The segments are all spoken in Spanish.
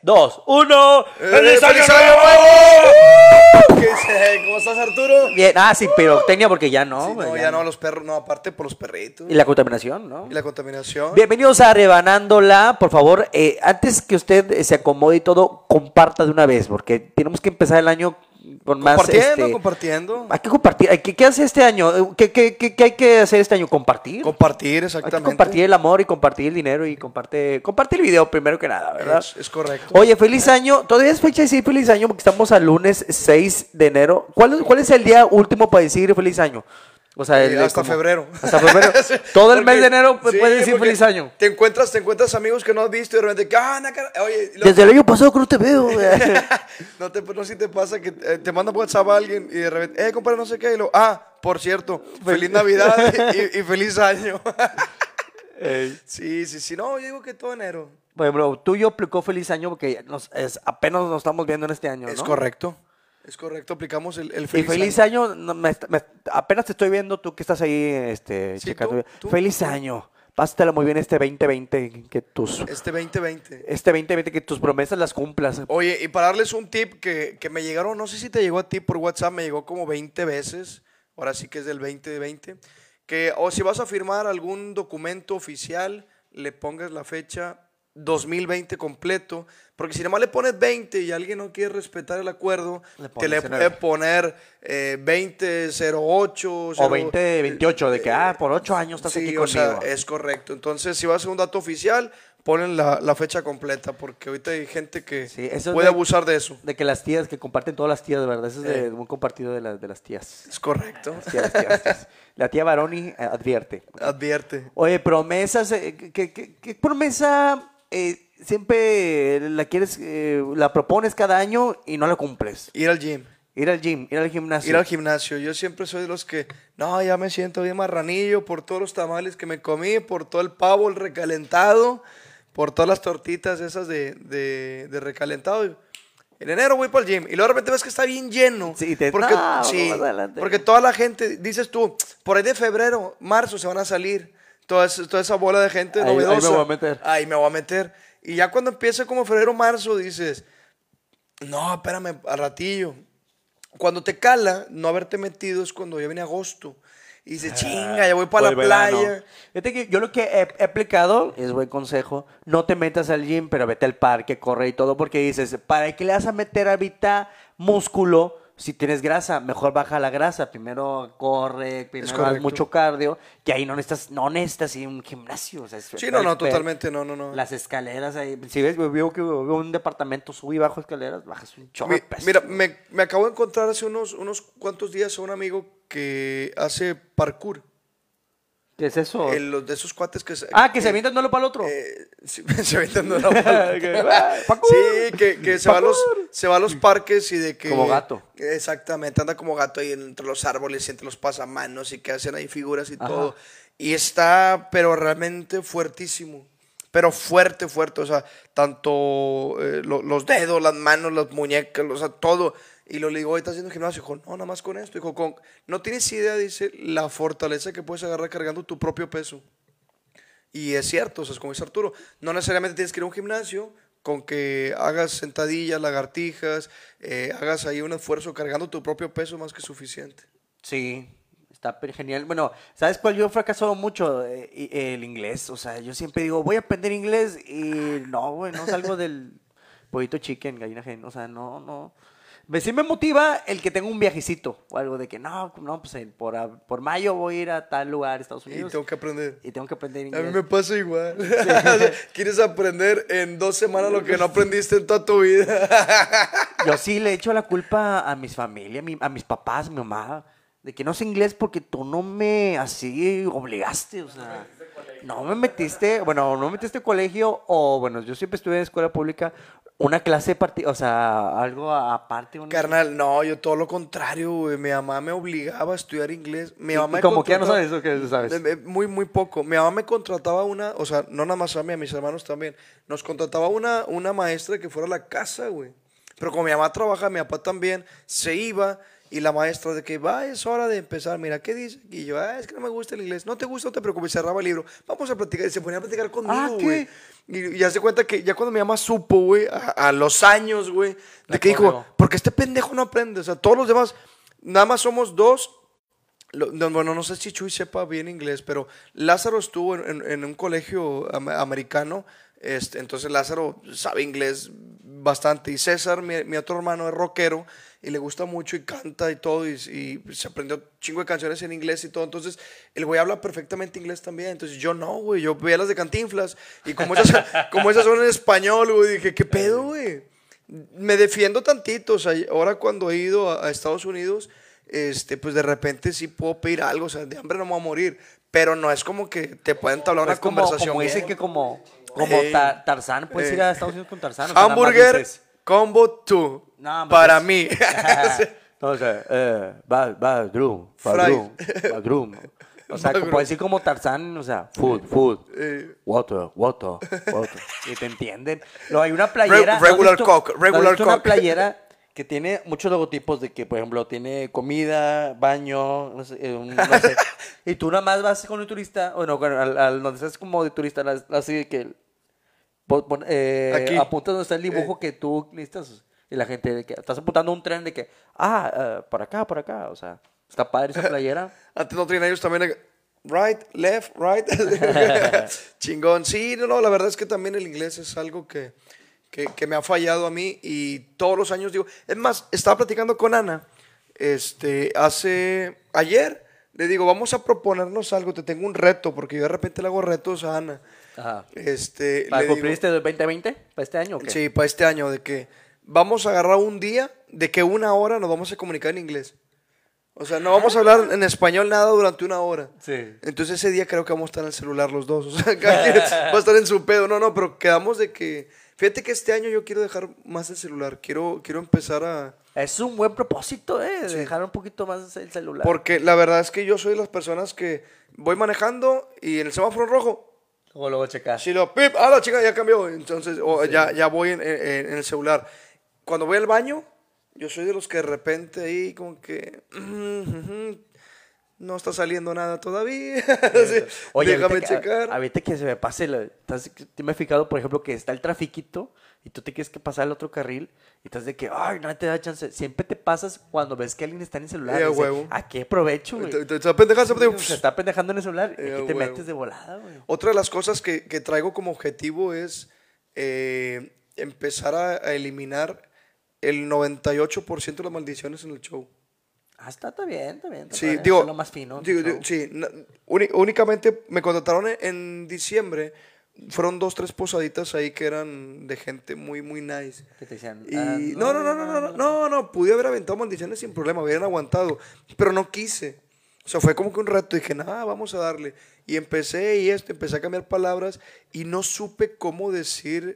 2, 1. ¡Feliz año nuevo! ¿Qué dice? ¿Cómo estás, Arturo? Bien, sí, pero tenía porque ya no. Sí, no, ya no, los perros, no, aparte por los perritos. Y la contaminación, ¿no? Y la contaminación. Bienvenidos a Rebanándola. Por favor, antes que usted se acomode y todo, comparta de una vez, porque tenemos que empezar el año con más... Compartiendo. Hay que compartir. ¿Qué hace este año? ¿Qué hay que hacer este año? ¿Compartir? Compartir, Hay exactamente. que compartir el amor y compartir el dinero y compartir el video primero que nada, ¿verdad? Es correcto. Oye, feliz año. Todavía es fecha de decir feliz año porque estamos al lunes 6 de enero. ¿Cuál es el día último para decir feliz año? O sea, hasta febrero. Hasta febrero. Sí, Todo el porque- mes de enero sí, puedes decir porque feliz año. Te encuentras amigos que no has visto y de repente, oye, Desde el año pasado que no te veo. no si te pasa que te manda WhatsApp a alguien y de repente, compadre, no sé qué, y lo, por cierto, feliz Navidad y feliz año. Sí, no, yo digo que todo enero. Bueno, bro, tú y yo aplicó feliz año porque apenas nos estamos viendo en este año, ¿no? Es correcto, aplicamos el Y feliz feliz año, no, apenas te estoy viendo tú que estás ahí Sí, checando. tú. Feliz año. Pásatela muy bien este 2020, Este 2020. este 2020 que tus promesas las cumplas. Oye, y para darles un tip que me llegaron, no sé si te llegó a ti por WhatsApp, me llegó como 20 veces, ahora sí que es del 2020, que o si vas a firmar algún documento oficial, le pongas la fecha 2020 completo, porque si nada más le pones 20 y alguien no quiere respetar el acuerdo, te le puede poner 2008 O 2028, de que, por 8 años estás aquí o sea, conmigo. es correcto. Entonces, si vas a hacer un dato oficial, ponen la fecha completa, porque ahorita hay gente que Sí, eso puede abusar de eso. De que las tías, que comparten todas las tías, de verdad. Eso es muy compartido de las tías. Es correcto. Las tías. La tía Baroni advierte. Advierte. Oye, promesas, ¿qué promesa siempre la quieres, la propones cada año y no la cumples? Ir al gym. Ir al gym, ir al gimnasio. Ir al gimnasio. Yo siempre soy de los que, no, ya me siento bien marranillo por todos los tamales que me comí, por todo el pavo, el recalentado, por todas las tortitas esas de recalentado. En enero voy para el gym y luego de repente ves que está bien lleno. Sí, porque, más adelante. porque toda la gente, dices tú, por ahí de febrero, marzo se van a salir toda esa bola de gente Ahí novedosa. me voy a meter. Ahí me voy a meter. Y ya cuando empieza como febrero, marzo, dices, no, espérame, al ratillo. Cuando te cala no haberte metido es cuando ya viene agosto. Y dices, chinga, ya voy para la playa. Fíjate que yo lo que he aplicado, es buen consejo, no te metas al gym, pero vete al parque, corre y todo, porque dices, ¿para qué le vas a meter ahorita músculo si tienes grasa? Mejor baja la grasa, primero corre, primero haz mucho cardio, que ahí no necesitas ir a un gimnasio. O sea, Sí, no, totalmente, no. Las escaleras ahí, si ves, veo que veo un departamento, sube y bajo escaleras, bajas un chorro de peso. Mira, me acabo de encontrar hace unos cuantos días a un amigo que hace parkour. ¿Qué es eso? De esos cuates que... que se avientan uno para el otro. Se avientan de uno para el otro. Sí, que se va a los parques y de que... Como gato. Exactamente, anda como gato ahí entre los árboles y entre los pasamanos y que hacen ahí figuras y todo. Y está, pero realmente fuertísimo. Pero fuerte, o sea, tanto los dedos, las manos, las muñecas, o sea, todo. Y le digo, ¿estás haciendo gimnasio? Dijo, no, nada más con esto. Dijo, no tienes idea, dice, la fortaleza que puedes agarrar cargando tu propio peso. Y es cierto, o sea, como dice Arturo, no necesariamente tienes que ir a un gimnasio, con que hagas sentadillas, lagartijas, hagas ahí un esfuerzo cargando tu propio peso más que suficiente. Sí, está genial. Bueno, ¿sabes cuál? Yo he fracasado mucho el inglés. O sea, yo siempre digo, voy a aprender inglés y no, güey, no salgo del pollito chicken, gallina gen. O sea, no. Sí me motiva el que tenga un viajecito o algo de que no, pues por mayo voy a ir a tal lugar, Estados Unidos. Y tengo que aprender. Y tengo que aprender inglés. A mí me pasa igual. Quieres aprender en 2 semanas lo que no aprendiste en toda tu vida. Yo sí le echo la culpa a mis familias, a mis papás, a mi mamá, de que no sé inglés porque tú no me así obligaste, o sea, no me metiste a colegio, o bueno, yo siempre estuve en escuela pública, una clase o sea, algo aparte. Carnal, no, yo todo lo contrario, güey. Mi mamá me obligaba a estudiar inglés. Mi mamá como que ya no sabes eso que sabes. Muy, muy poco. Mi mamá me contrataba o sea, no nada más a mí, a mis hermanos también. Nos contrataba una maestra que fuera a la casa, güey. Pero como mi mamá trabaja, mi papá también, se iba y la maestra de que, va, es hora de empezar, mira, ¿qué dice? Y yo, es que no me gusta el inglés. No te gusta, no te preocupes, cerraba el libro. Vamos a platicar. Y se ponía a platicar conmigo, güey. Y ya se cuenta que ya cuando mi mamá supo, güey, a los años, güey, de que dijo, porque este pendejo no aprende. O sea, todos los demás, nada más somos dos. Bueno, no sé si Chuy sepa bien inglés, pero Lázaro estuvo en un colegio americano. Entonces Lázaro sabe inglés bastante. Y César, mi otro hermano, es rockero y le gusta mucho y canta y todo. Y se aprendió chingo de canciones en inglés y todo. Entonces el güey habla perfectamente inglés también. Entonces yo no, güey. Yo veía las de Cantinflas. Y como esas son en español, güey, dije, ¿qué pedo, güey? Me defiendo tantito. O sea, ahora cuando he ido a Estados Unidos, pues de repente sí puedo pedir algo. O sea, de hambre no me voy a morir. Pero no es como que te pueden entablar una conversación. Como dicen que como Tarzán, puedes ir a Estados Unidos con Tarzán. O sea, hamburger combo 2 no, para mí. Entonces, bathroom. O sea, como decir como Tarzán, o sea, food, water. Y te entienden. Luego hay una playera. Regular Coke. Una playera que tiene muchos logotipos de que, por ejemplo, tiene comida, baño, no sé. Y tú nada más vas con un turista, o no, donde estás como de turista, así de que apuntas donde está el dibujo que tú listas. Y la gente, de que estás apuntando un tren de que, por acá. O sea, está padre esa playera. Antes no tenían ellos también, right, left, right. Chingón. Sí, no, la verdad es que también el inglés es algo que me ha fallado a mí y todos los años digo, es más, estaba platicando con Ana, ayer, le digo, vamos a proponernos algo, te tengo un reto, porque yo de repente le hago retos a Ana. Ajá. ¿Para cumplir este 2020? ¿Para este año o qué? Sí, para este año, de que vamos a agarrar un día, de que 1 hora nos vamos a comunicar en inglés. O sea, no vamos a hablar en español nada durante 1 hora. Sí. Entonces ese día creo que vamos a estar en el celular los dos. O sea, cada quien va a estar en su pedo. No, pero quedamos de que... Fíjate que este año yo quiero dejar más el celular. Quiero empezar a... Es un buen propósito, sí. Dejar un poquito más el celular. Porque la verdad es que yo soy de las personas que voy manejando y en el semáforo rojo... O luego checar. Si lo pip, la chica ya cambió. Entonces sí. ya voy en el celular. Cuando voy al baño, yo soy de los que de repente ahí como que... no está saliendo nada todavía. Sí, oye, déjame checar. Ahorita que se me pase, me he fijado, por ejemplo, que está el trafiquito y tú te quieres que pasar al otro carril y estás de que, no te da chance. Siempre te pasas cuando ves que alguien está en el celular. Y dices, ¿a qué provecho, güey? Te está pendejando. Se está pendejando en el celular y aquí te metes de volada, güey. Otra de las cosas que traigo como objetivo es empezar a eliminar el 98% de las maldiciones en el show. Está bien. Sí, digo, lo más fino. Sí, únicamente me contrataron en diciembre. Fueron 2, 3 posaditas ahí que eran de gente muy, muy nice. ¿Qué te decían? Y no, pude haber aventado maldiciones sin problema, hubieran aguantado, pero no quise. O sea, fue como que un reto, dije, vamos a darle. Y empecé empecé a cambiar palabras y no supe cómo decir...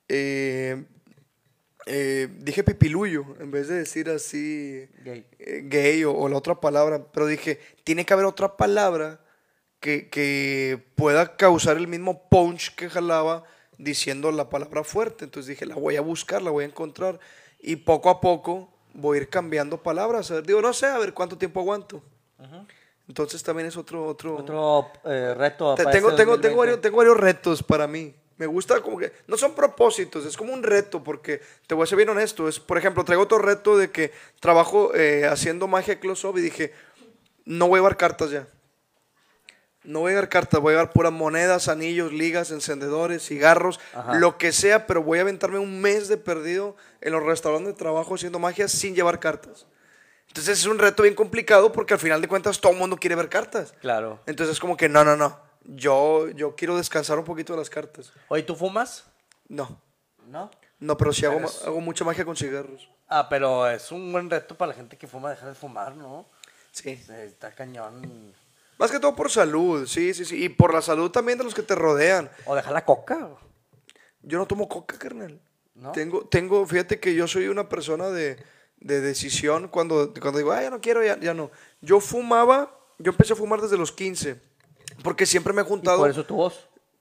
dije pipiluyo en vez de decir así gay o la otra palabra, pero dije, tiene que haber otra palabra que pueda causar el mismo punch que jalaba diciendo la palabra fuerte. Entonces dije, la voy a buscar, la voy a encontrar y poco a poco voy a ir cambiando palabras. Digo, no sé, a ver cuánto tiempo aguanto. Uh-huh. Entonces también es otro reto. Tengo varios retos para mí. Me gusta como que, no son propósitos, es como un reto, porque te voy a ser bien honesto. Por ejemplo, traigo otro reto de que trabajo haciendo magia close-up y dije, no voy a llevar cartas ya. No voy a llevar cartas, voy a llevar puras monedas, anillos, ligas, encendedores, cigarros, lo que sea, pero voy a aventarme un mes de perdido en los restaurantes de trabajo haciendo magia sin llevar cartas. Entonces es un reto bien complicado porque al final de cuentas todo el mundo quiere ver cartas. Claro. Entonces es como que no. Yo quiero descansar un poquito de las cartas. Oye, ¿tú fumas? No. ¿No? No, pero sí hago mucha magia con cigarros. Pero es un buen reto para la gente que fuma dejar de fumar, ¿no? Sí. Está cañón. Más que todo por salud, sí. Y por la salud también de los que te rodean. O dejar la coca. Yo no tomo coca, carnal. ¿No? Fíjate que yo soy una persona de decisión cuando digo, ya no quiero, ya no. Yo empecé a fumar desde los 15. Porque siempre me he juntado... ¿Y por eso tu voz?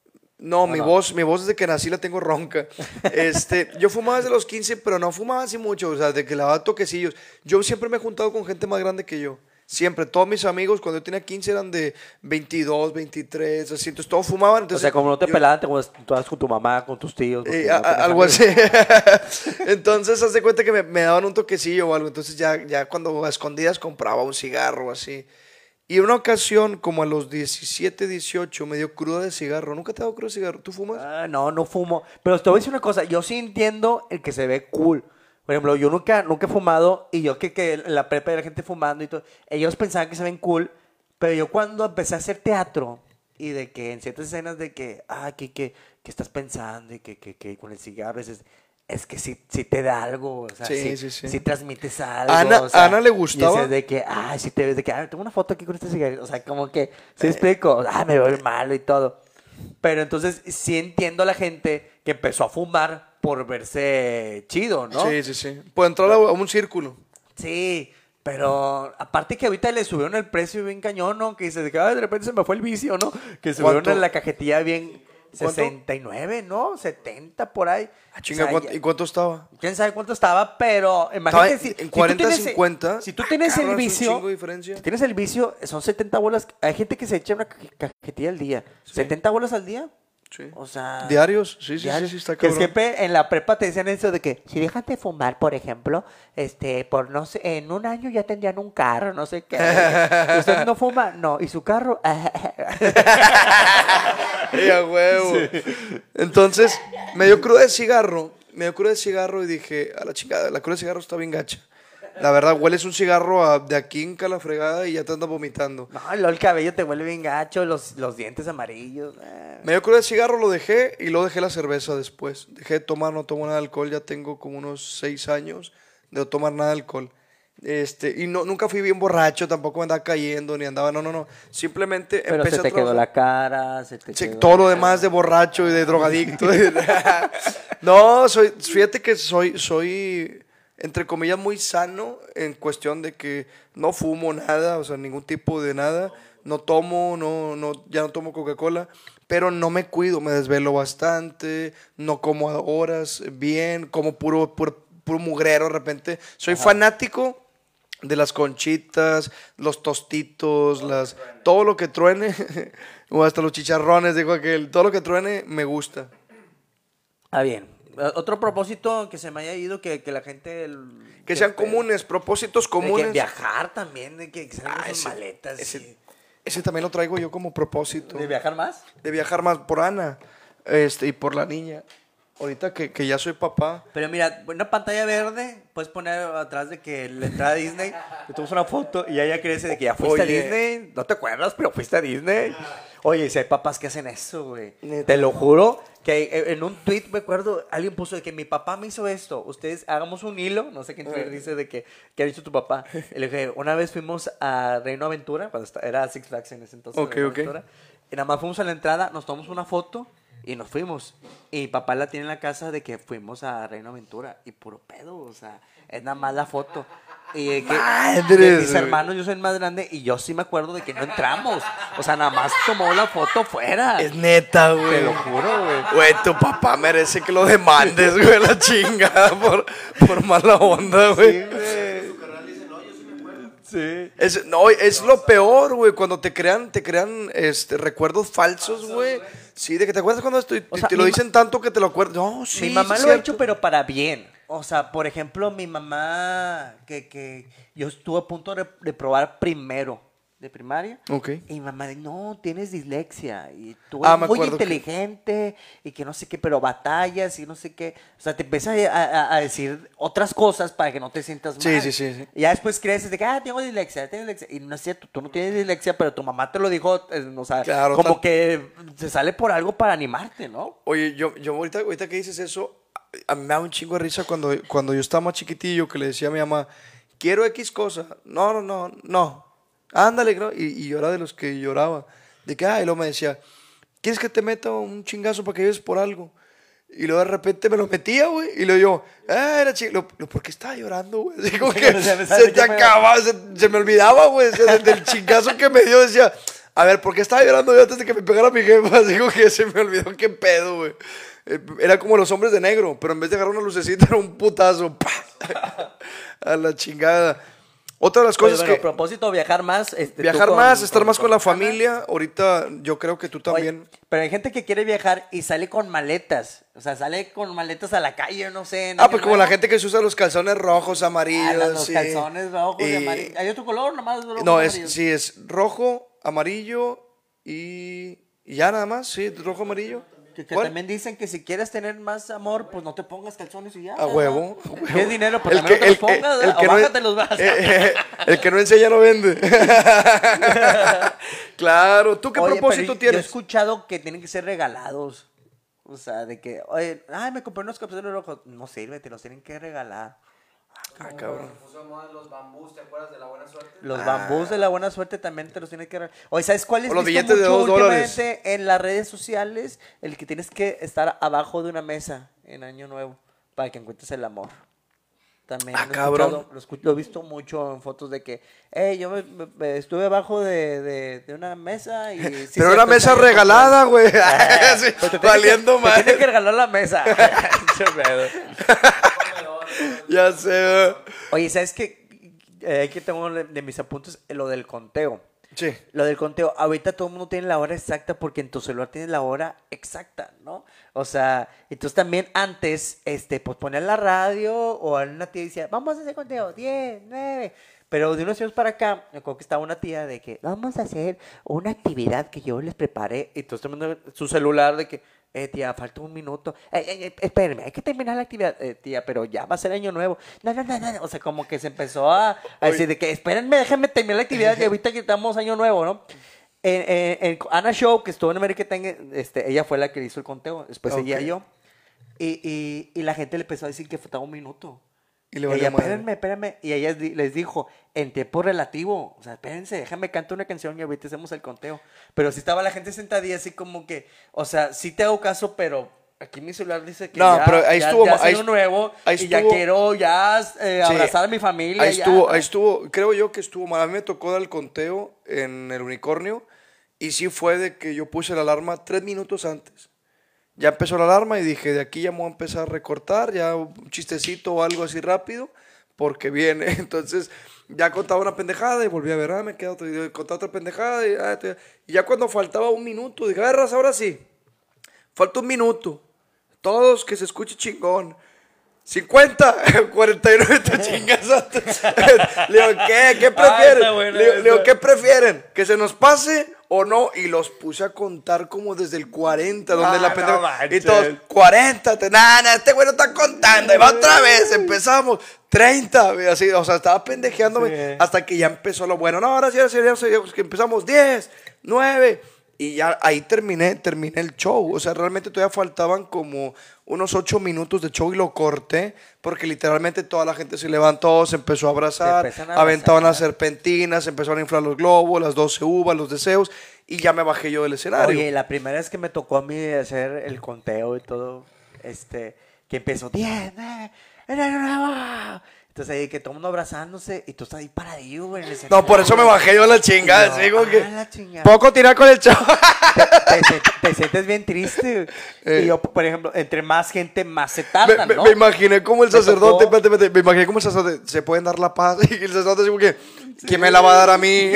No, mi no? voz desde que nací la tengo ronca. Yo fumaba desde los 15, pero no fumaba así mucho, o sea, de que le daba toquecillos. Yo siempre me he juntado con gente más grande que yo. Siempre, todos mis amigos cuando yo tenía 15 eran de 22, 23, así, entonces todos fumaban. Entonces, O sea, como no te yo- pelaban, te juntabas con tu mamá, con tus tíos. porque no tenías algo amigos. así. Entonces, haz de cuenta que me daban un toquecillo o algo. Entonces, ya cuando a escondidas compraba un cigarro así. Y una ocasión, como a los 17, 18, me dio cruda de cigarro. ¿Nunca te ha dado cruda de cigarro? ¿Tú fumas? Ah, no fumo. Pero te voy a decir una cosa, yo sí entiendo el que se ve cool. Por ejemplo, yo nunca he fumado y yo que en la prepa de la gente fumando y todo, ellos pensaban que se ven cool, pero yo cuando empecé a hacer teatro y de que en ciertas escenas de que, que estás pensando y que con el cigarro es que sí te da algo, o sea, Sí, sí, sí. sí transmites algo. ¿Ana, o sea, Ana le y gustaba? dices de que, sí te ves de que, tengo una foto aquí con este cigarro, o sea, como que, ¿sí explico? Me veo malo y todo. Pero entonces sí entiendo a la gente que empezó a fumar por verse chido, ¿no? Sí. Puede entrar a un círculo. Sí, pero aparte que ahorita le subieron el precio bien cañón, ¿no? Que dice, de repente se me fue el vicio, ¿no? Que subieron ¿Cuánto? la cajetilla bien ¿Cuánto? 69, ¿no? 70 por ahí. Chinga, O sea, ¿y cuánto estaba? quién sabe cuánto estaba, pero Estaba imagínate en 40, 50. Si tú tienes Cabrón, el es un vicio, chingo de diferencia. si tienes el vicio, son 70 bolas. Hay gente que se echa una cajetilla al día. ¿70 bolas al día? Sí. O sea, ¿Diarios? Sí, está que cabrón. siempre en la prepa te decían eso de que si dejas de fumar, por ejemplo, por no sé, en un año ya tendrían un carro, no sé qué. ¿Usted no fuma? No. ¿Y su carro? Sí, a huevo. Entonces, me dio cruda de cigarro. Y dije, a la chingada, la cruda de cigarro está bien gacha. La verdad, hueles un cigarro de aquí en la fregada y ya te andas vomitando. No, luego el cabello te vuelve bien gacho, los dientes amarillos. Me dio cruda de cigarro, lo dejé y luego dejé la cerveza después. Dejé de tomar, no tomo nada de alcohol, ya tengo como unos 6 años de no tomar nada de alcohol. Y nunca fui bien borracho, tampoco me andaba cayendo, ni andaba, no. Simplemente Pero empecé se te a quedó trabajar. la cara, se te Sí, quedó... todo lo demás de borracho y de drogadicto. No, fíjate que soy, entre comillas, muy sano en cuestión de que no fumo nada, o sea, ningún tipo de nada. No tomo, ya no tomo Coca-Cola, pero no me cuido, me desvelo bastante, no como a horas bien, como puro mugrero de repente. Soy fanático de las conchitas, los tostitos, todo lo que truene, o hasta los chicharrones, dijo aquel, todo lo que truene me gusta. Bien. Otro propósito que se me haya ido, que la gente... Que sean comunes, propósitos De comunes. que viajar también, de que salgan sus maletas. Ese también lo traigo yo como propósito. ¿De viajar más? De viajar más por Ana y por la niña. Ahorita que ya soy papá. Pero mira, una pantalla verde, puedes poner atrás de que la entrada a Disney, te tomas una foto y ella crece de que ya fuiste Oye. a Disney. No te acuerdas, pero fuiste a Disney. Oye, si hay papás que hacen eso, güey. Neta. Te lo juro que en un tweet, me acuerdo, alguien puso de que mi papá me hizo esto. Ustedes hagamos un hilo, no sé quién Twitter dice de que ¿qué ha dicho tu papá? Y le dije, una vez fuimos a Reino Aventura, cuando era Six Flags en ese entonces. Ok, Reino ok. Aventura, y nada más fuimos a la entrada, nos tomamos una foto y nos fuimos. Y papá la tiene en la casa de que fuimos a Reino Aventura. Y puro pedo, o sea, es nada más la foto. Y de que, Madres, de mis güey. hermanos, yo soy el más grande y yo sí me acuerdo de que no entramos. O sea, nada más tomó la foto fuera. Es neta, güey. Te lo juro, güey. Güey, tu papá merece que lo demandes, güey, la chingada por mala onda, güey. Sí. Es lo peor, güey, cuando te crean recuerdos falsos, güey. Sí, de que te acuerdas cuando O sea, te lo mi dicen tanto que te lo acuerdas. No, sí, Mi mamá sí, lo ha cierto. hecho, pero para bien. O sea, por ejemplo, mi mamá, que yo estuve a punto de probar primero de primaria. Ok. Y mi mamá dice, no, tienes dislexia. Y tú Ah, eres me muy acuerdo que- inteligente y que no sé qué, pero batallas y no sé qué. O sea, te empieza a decir otras cosas para que no te sientas Sí, mal. sí. Y ya después crees de que, tengo dislexia. Y no es cierto, tú no tienes dislexia, pero tu mamá te lo dijo, o sea, Claro, como que se sale por algo para animarte, ¿no? Oye, yo ahorita que dices eso, a mí me da un chingo de risa cuando yo estaba más chiquitillo que le decía a mi mamá, quiero X cosa. No. Ándale, ¿no? Y yo era de los que lloraba. De que, y luego me decía, ¿quieres que te meta un chingazo para que vives por algo? Y luego de repente me lo metía, güey. Y luego yo, era chico. ¿Por qué estaba llorando, güey? Digo que Ya me se sabes te qué fue. acababa, se me olvidaba, güey. O sea, del chingazo que me dio, decía, A ver, ¿por qué estaba llorando yo antes de que me pegara mi jefa? Digo que se me olvidó qué pedo, güey. Era como los hombres de negro, pero en vez de agarrar una lucecita era un putazo. ¡Pah! A la chingada. Otra de las cosas a propósito, viajar más. Viajar más, estar más con la familia. Ahorita yo creo que tú también. Oye, pero hay gente que quiere viajar y sale con maletas. O sea, sale con maletas a la calle, no sé. Pues como la gente que se usa los calzones rojos, amarillos. Los calzones rojos y amarillos. ¿Hay otro color nomás? No, es rojo, amarillo y ya nada más, sí, rojo, amarillo. Que también dicen que si quieres tener más amor, pues no te pongas calzones y ya. A huevo. ¿Qué dinero? Pues también no te los pongas, o bájate los brazos. El que no enseña no vende. Claro. ¿Tú qué propósito tienes? Yo he escuchado que tienen que ser regalados. O sea, de que, oye, me compré unos calzones rojos. No sirve, te los tienen que regalar. Cabrón. Los bambús, ¿te acuerdas de la buena suerte? Los bambús de la buena suerte también te los tienes que regalar. Oye, ¿sabes cuál es? O los billetes de $2. En las redes sociales, el que tienes que estar abajo de una mesa en Año Nuevo para que encuentres el amor. También cabrón. Lo he visto mucho en fotos de que, yo me estuve abajo de una mesa y... Sí, pero una mesa regalada, güey. Valiendo mal. Te tienes que regalar la mesa. Ya sé. Oye, ¿sabes qué? Aquí tengo de mis apuntes lo del conteo. Sí. Lo del conteo. Ahorita todo el mundo tiene la hora exacta porque en tu celular tienes la hora exacta, ¿no? O sea, entonces también antes, pues poner la radio o una tía decía, vamos a hacer conteo, 10, 9. Pero de unos años para acá, me acuerdo que estaba una tía de que vamos a hacer una actividad que yo les preparé. Y entonces todo el mundo, su celular de que, tía, falta un minuto. Espérenme, hay que terminar la actividad. Tía, pero ya va a ser Año Nuevo. No. O sea, como que se empezó a decir de que, espérenme, déjenme terminar la actividad y ahorita que estamos Año Nuevo, ¿no? En Ana Show, que estuvo en América Tenga, ella fue la que hizo el conteo. Después seguía yo. Y la gente le empezó a decir que faltaba un minuto. Y le ella, espérenme. Y ella les dijo, en tiempo relativo, o sea, espérense, déjame cantar una canción y ahorita hacemos el conteo. Pero sí estaba la gente sentadilla así como que, o sea, sí te hago caso, pero aquí mi celular dice que no, pero ahí estuvo, ya Año Nuevo y ya quiero abrazar a mi familia. Ahí estuvo, creo yo que estuvo mal. A mí me tocó dar el conteo en el Unicornio y sí fue de que yo puse la alarma 3 minutos antes. Ya empezó la alarma y dije, de aquí ya me voy a empezar a recortar, ya un chistecito o algo así rápido, porque viene. Entonces, ya contaba una pendejada y volví a ver, me queda contaba otra pendejada. Y ya cuando faltaba un minuto, dije, raza, ahora sí, falta un minuto. Todos que se escuche chingón. 50, 49 te chingas antes. Le digo, ¿qué prefieren? Le digo, ¿qué prefieren? ¿Que se nos pase o no? Y los puse a contar como desde el 40, donde la pendeja. Y todos, 40, este güey no está contando. Y va otra vez, empezamos. 30, así, o sea, estaba pendejeándome hasta que ya empezó lo bueno. No, ahora sí, que empezamos 10, 9. Y ya ahí terminé el show. O sea, realmente todavía faltaban como unos 8 minutos de show y lo corté porque literalmente toda la gente se levantó, se empezó a abrazar, aventaban las serpentinas, empezaron a inflar los globos, las 12 uvas, los deseos y ya me bajé yo del escenario. Oye, la primera vez que me tocó a mí hacer el conteo y todo, que empezó 10, 9, entonces ahí que todo el mundo abrazándose y tú estás ahí paradillo, güey. No, por eso me bajé yo a la chingada. Digo que poco tirar con el chavo. Te sientes bien triste. Y yo, por ejemplo, entre más gente, más se tarda, ¿no? Me imaginé como el sacerdote, me imaginé como el sacerdote, se pueden dar la paz. Y el sacerdote dice que, ¿quién me la va a dar a mí?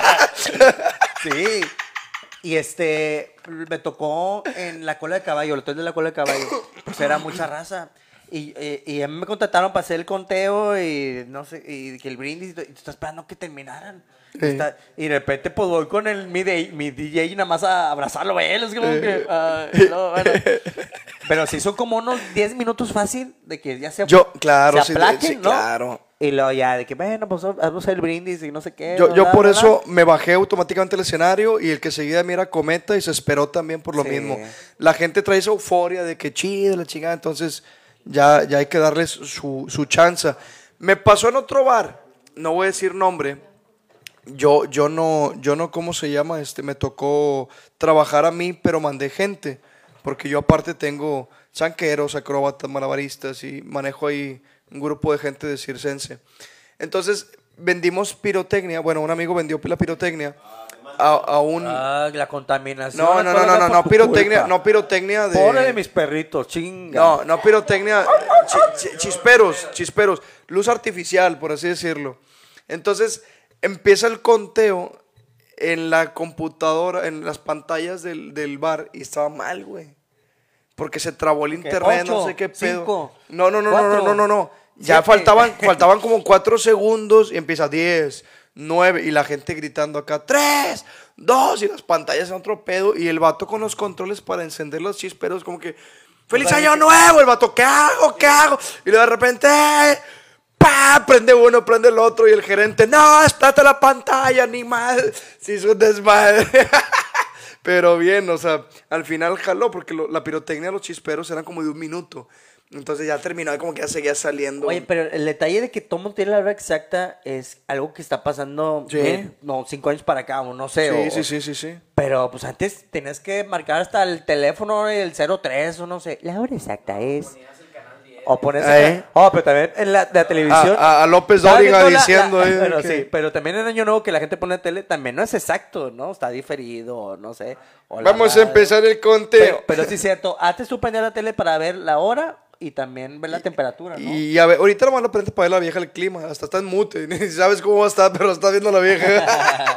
Sí. Y me tocó en la cola de caballo, el hotel de la cola de caballo. Pues era mucha raza. Y a mí me contrataron para hacer el conteo y no sé, y que el brindis y tú estás esperando que terminaran. Sí. Y de repente pues voy con mi DJ y nada más a abrazarlo a él. Es como que, bueno. Pero sí son como unos 10 minutos fácil de que ya se aplaquen, sí, ¿no? Claro. Y luego ya de que, bueno, pues vamos a hacer el brindis y no sé qué. Yo por eso me bajé automáticamente del escenario y el que seguía de mí era Cometa y se esperó también por lo mismo. La gente trae esa euforia de que chido, la chingada, entonces... Ya hay que darles su chance. Me pasó en otro bar, no voy a decir nombre. Yo no, ¿cómo se llama? Me tocó trabajar a mí, pero mandé gente. Porque yo aparte tengo chanqueros, acróbatas, malabaristas y manejo ahí un grupo de gente de circense. Entonces vendimos pirotecnia. Bueno, un amigo vendió la pirotecnia. a un... La contaminación. No, no, no, no, no, no pirotecnia, no pirotecnia de... Pobre de mis perritos, chinga. No, no pirotecnia, chisperos, luz artificial, por así decirlo. Entonces, empieza el conteo en la computadora, en las pantallas del bar, y estaba mal, güey. Porque se trabó el internet, no sé qué pedo. 5, No. 4, Ya 7. faltaban como 4 segundos y empieza 10, 9 y la gente gritando acá 3, 2 y las pantallas en otro pedo y el vato con los controles para encender los chisperos como que ¡Feliz año nuevo! El vato, ¿qué hago? Y luego de repente ¡pah! Prende uno, prende el otro y el gerente ¡no! ¡Estate la pantalla, animal! Se hizo un desmadre. Pero bien, o sea, al final jaló porque la pirotecnia de los chisperos era como de 1 minuto. Entonces ya terminó, como que ya seguía saliendo. Oye, pero el detalle de que todo mundo tiene la hora exacta es algo que está pasando, Sí. 5 años para acá, o no sé. Sí. Pero pues antes tenías que marcar hasta el teléfono, el 03 o no sé. La hora exacta es... O pones... pero también en la televisión... A López ¿Estaba Dóriga viendo diciendo... bueno, que- sí, pero también en Año Nuevo que la gente pone tele también no es exacto, ¿no? Está diferido, no sé. O la Vamos a radio. empezar el conteo. Pero sí es cierto. Antes tú prendías la tele para ver la hora y también ver la temperatura, ¿no? Y a ver, ahorita nomás lo prendes para ver la vieja el clima. Hasta está en mute. Ni sabes cómo va a estar, pero lo está viendo la vieja.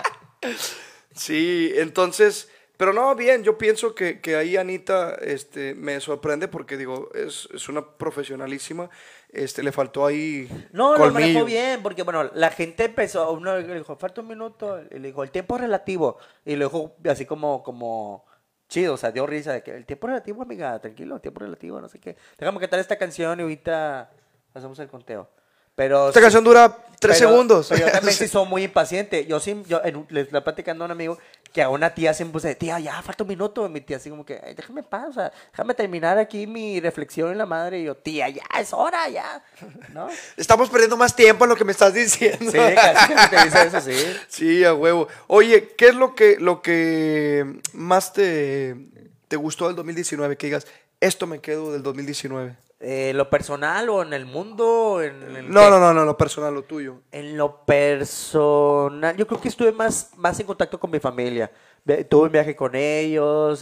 Sí, entonces... Pero no, bien, yo pienso que ahí Anita me sorprende porque, digo, es una profesionalísima. Le faltó ahí No, lo colmillo. manejó bien, porque bueno, la gente empezó, uno le dijo, falta 1 minuto, y le dijo, el tiempo es relativo, y lo dijo así como chido, o sea, dio risa de que el tiempo es relativo, amiga, tranquilo, el tiempo es relativo, no sé qué. Déjame cantar esta canción y ahorita hacemos el conteo. Pero Esta sí, canción dura 3 segundos. Pero yo también sí soy muy impaciente. Le estaba platicando a un amigo que a una tía siempre puse, tía, ya falta 1 minuto. Mi tía así como que, "Ay, déjame en paz, o sea, déjame terminar aquí mi reflexión en la madre. Y yo, tía, ya es hora, ya. ¿No? Estamos perdiendo más tiempo en lo que me estás diciendo. Sí, casi que te dice eso, sí. Sí, a huevo. Oye, ¿qué es lo que más te gustó del 2019? Que digas, esto me quedo del 2019. ¿Lo personal o en el mundo? ¿En No, qué? no, lo personal, lo tuyo. En lo personal, yo creo que estuve más en contacto con mi familia. Tuve un viaje con ellos,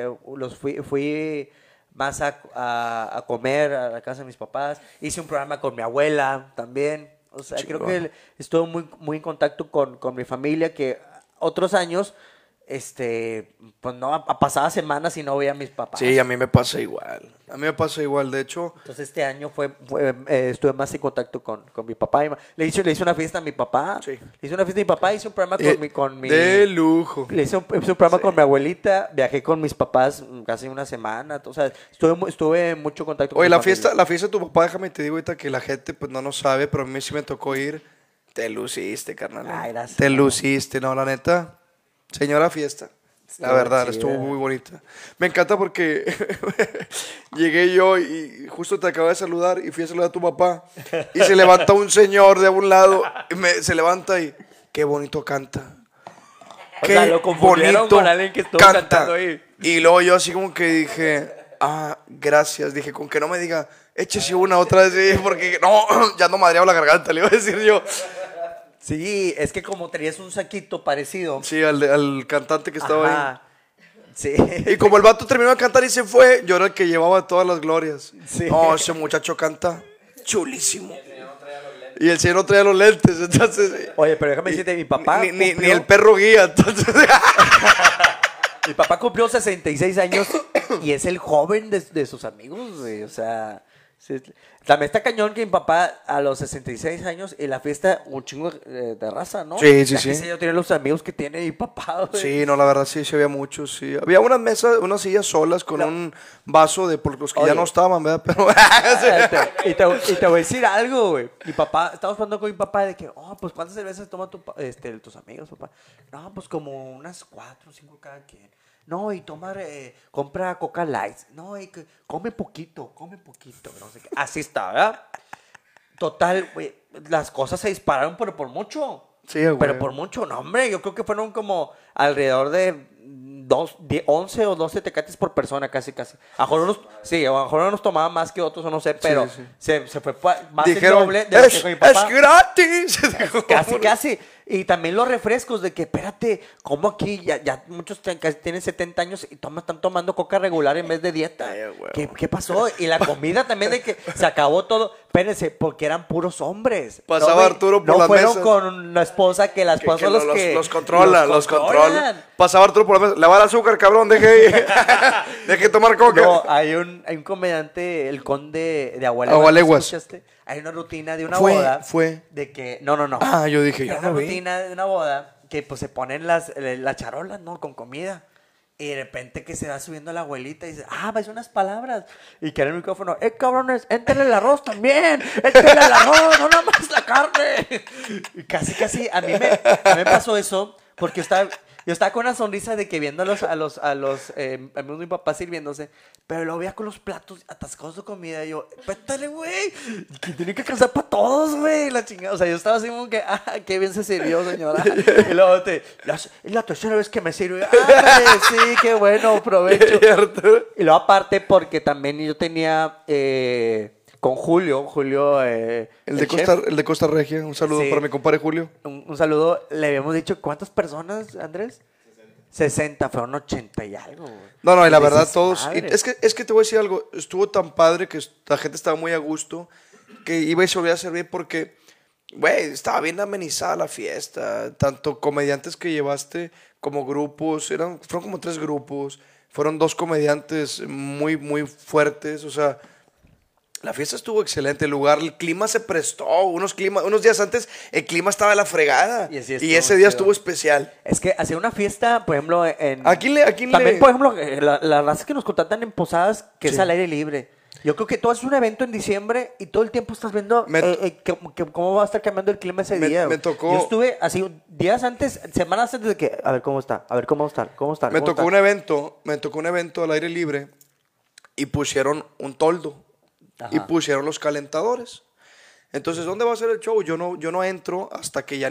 fui más a comer a la casa de mis papás. Hice un programa con mi abuela también. O sea, Chingón. creo que estuve muy en contacto con mi familia, que otros años, pues no, pasaba semanas y no veía a mis papás. Sí, a mí me pasa igual. De hecho, Entonces este año estuve más en contacto con mi papá. Le hice una fiesta a mi papá. Sí. Le hice una fiesta a mi papá, hice un programa con mi... de lujo. Le hice un programa con mi abuelita, viajé con mis papás casi 1 semana. O sea, estuve en mucho contacto Oye, con mi familia. la fiesta de tu papá, déjame te digo ahorita que la gente pues no nos sabe, pero a mí sí me tocó ir. Te luciste, carnal. Ay, gracias, Te carnal. luciste, no, la neta. Señora fiesta. La verdad, chida. estuvo muy bonita. Me encanta porque llegué yo y justo te acabo de saludar y fui a saludar a tu papá. Y se levanta un señor de un lado, se levanta y qué bonito canta. O sea, lo confundieron con alguien que estuvo cantando ahí. Y luego yo así como que dije, gracias. Dije, con que no me diga, échese una otra vez, porque no, ya no madreaba la garganta, le iba a decir yo. Sí, es que como tenías un saquito parecido. Sí, al cantante que estaba ahí. Ajá. Sí. Y como el vato terminó de cantar y se fue, yo era el que llevaba todas las glorias. Sí. No, ese muchacho canta chulísimo. Y el señor no traía los lentes, entonces... Oye, pero déjame decirte, mi papá Ni cumplió- el perro guía, entonces... Mi papá cumplió 66 años y es el joven de sus amigos, güey. O sea, también está cañón que mi papá a los 66 años en la fiesta un chingo de raza, ¿no? Sí, sí, Ya sí. quise yo tener los amigos que tiene mi papá, güey. Sí, no, la verdad sí había muchos, sí. Había unas mesas, unas sillas solas con un vaso de por los que ya Oye. no estaban, ¿verdad? Pero... Y te voy a decir algo, güey. Mi papá, estábamos hablando con mi papá de que, pues ¿cuántas cervezas toman tus amigos, papá? No, pues como unas 4 o 5 cada quien. No, y compra Coca Light. No, y come poquito, no sé qué. Así está, ¿verdad? Total, güey, las cosas se dispararon, pero por mucho. Sí, güey. Pero por mucho, no, hombre, yo creo que fueron como alrededor de 11 o 12 tecates por persona, casi. A lo mejor unos tomaban más que otros, o no sé, pero sí. se fue más Dijeron, el doble de lo que con mi papá. es gratis. Casi. Y también los refrescos de que, espérate, ¿cómo aquí? Ya muchos casi tienen 70 años y están tomando coca regular en vez de dieta. Ay, güey. ¿Qué pasó? Y la comida también de que se acabó todo. Espérense, porque eran puros hombres. Pasaba güey, Arturo por no las fueron mesas. con la esposa, que la esposa son los que... los controla. Pasaba Arturo por la mesa. Le va el azúcar, cabrón, deje tomar coca. No, hay un comediante, el conde de Agualeguas. Agualeguas. ¿Escuchaste? Hay una rutina de una Fue- boda. fue. De que, no. Ah, yo dije, Hay yo una no vi. rutina de una boda que pues se ponen las charolas, ¿no? Con comida. Y de repente que se va subiendo la abuelita y dice, pues unas palabras. Y que en el micrófono, cabrones, éntrenle el arroz también. Éntrenle el arroz, no nada más la carne. Y casi, a mí me pasó eso porque yo estaba con una sonrisa de que viendo a los amigos de mi papá sirviéndose, pero lo veía con los platos atascados de comida y yo, pétale, güey, que tiene que alcanzar para todos, güey, la chingada. O sea, yo estaba así como que, qué bien se sirvió, señora. Y luego es la tercera vez que me sirve. Sí, qué bueno, provecho. Y luego aparte porque también yo tenía con Julio, El de chef. Costa Regia. Un saludo Sí. para mi compadre Julio. Un saludo. Le habíamos dicho, ¿cuántas personas, Andrés? 60, fueron 80 y algo. Güey. No, y la Dices, verdad todos... madre. Es que te voy a decir algo. Estuvo tan padre que la gente estaba muy a gusto que iba y se volvía a servir porque, güey, estaba bien amenizada la fiesta. Tanto comediantes que llevaste como grupos. Fueron como 3 grupos. Fueron 2 comediantes muy, muy fuertes. O sea... La fiesta estuvo excelente, el clima se prestó, unos días antes el clima estaba de la fregada Y así y estuvo, ese día chido. estuvo especial. Es que hacer una fiesta, por ejemplo, en... ¿A quién También, le- por ejemplo, la raza que nos contratan en posadas, que Sí. es al aire libre. Yo creo que todo es un evento en diciembre y todo el tiempo estás viendo cómo va a estar cambiando el clima ese día. me güey. tocó- Yo estuve así días antes, semanas antes de que, a ver cómo está, cómo está. Me tocó un evento al aire libre y pusieron un toldo y Ajá. pusieron los calentadores. Entonces, ¿dónde va a ser el show? Yo no entro hasta que ya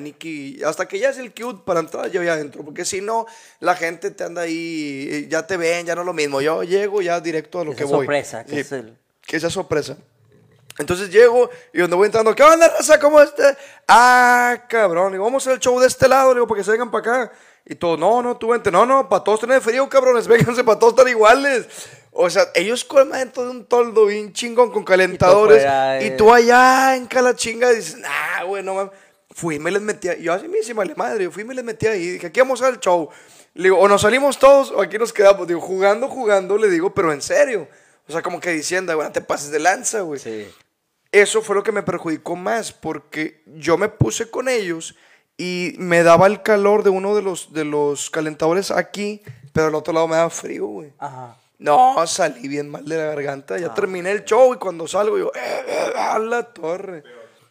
es el cute para entrar, yo ya entro, porque si no, la gente te anda ahí, ya te ven, ya no es lo mismo. Yo llego ya directo a lo Esa que voy. sorpresa, que Sí, es el... que esa sorpresa. Entonces llego y donde voy entrando, ¿qué onda, raza? ¿Cómo está? Cabrón. Digo, vamos a hacer el show de este lado, digo, para que se vengan para acá. Y todos, no, tú vente. No, para todos tener frío, cabrones, vénganse, para todos estar iguales. O sea, ellos comen dentro de un toldo bien chingón con calentadores. fuera, Y tú allá en Calachinga dices, güey, no mames. Fui y me les metí ahí. Yo así me hice vale madre. Yo fui y me les metí ahí. Dije, aquí vamos a hacer el show. Le digo, o nos salimos todos o aquí nos quedamos. Digo, jugando, le digo, pero en serio. O sea, como que diciendo, bueno, te pases de lanza, güey. Sí. Eso fue lo que me perjudicó más, porque yo me puse con ellos y me daba el calor de uno de los calentadores aquí, pero al otro lado me daba frío, güey. Ajá. No, salí bien mal de la garganta. Ya terminé el show y cuando salgo yo, a la torre.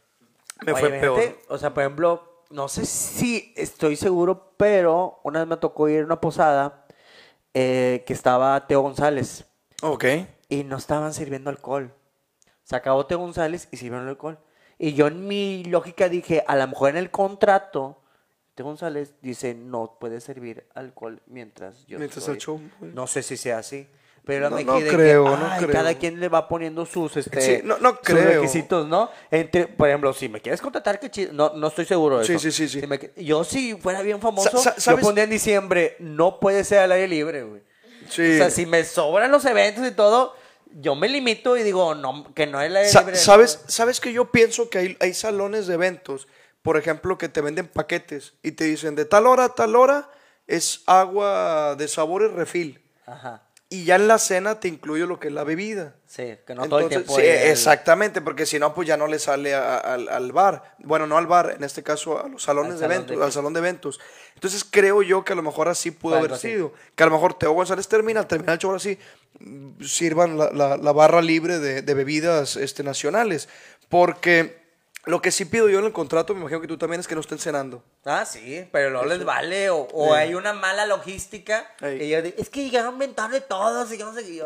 Me fue Oye, peor. fíjate, o sea, por ejemplo, no sé si estoy seguro, pero una vez me tocó ir a una posada que estaba Teo González Ok. y no estaban sirviendo alcohol. Se acabó Teo González y sirvieron alcohol. Y yo en mi lógica dije, a lo mejor en el contrato, Teo González dice, no puede servir alcohol mientras yo Mientras estoy". el show, güey. No sé si sea así. Pero No, me no quedé creo, que, no ay, creo. cada quien le va poniendo sus, Sí, no sus creo. requisitos, ¿no? Por ejemplo, si me quieres contratar, que chido. No estoy seguro de Sí, eso. sí. Yo si fuera bien famoso, yo ¿Sabes? pondría en diciembre, no puede ser al aire libre, güey. Sí. O sea, si me sobran los eventos y todo, yo me limito y digo, no, que no es el aire libre. ¿Sabes que yo pienso que hay salones de eventos, por ejemplo, que te venden paquetes y te dicen de tal hora a tal hora es agua de sabor y refil. Ajá. Y ya en la cena te incluye lo que es la bebida. Sí, que no todo el tiempo sí, es el- exactamente, porque si no, pues ya no le sale al bar. Bueno, no al bar, en este caso a los salones Al de salón eventos, de- al salón de eventos. Entonces creo yo que a lo mejor así pudo Fue haber algo así. sido. Que a lo mejor Teo González termina el show ahora sí, sirvan la barra libre de bebidas nacionales. Porque lo que sí pido yo en el contrato, me imagino que tú también, es que no estén cenando. Ah, sí, pero no les vale. O hay una mala logística. Ey. Y yo digo, es que llegaron a inventarle todos y que no sé qué.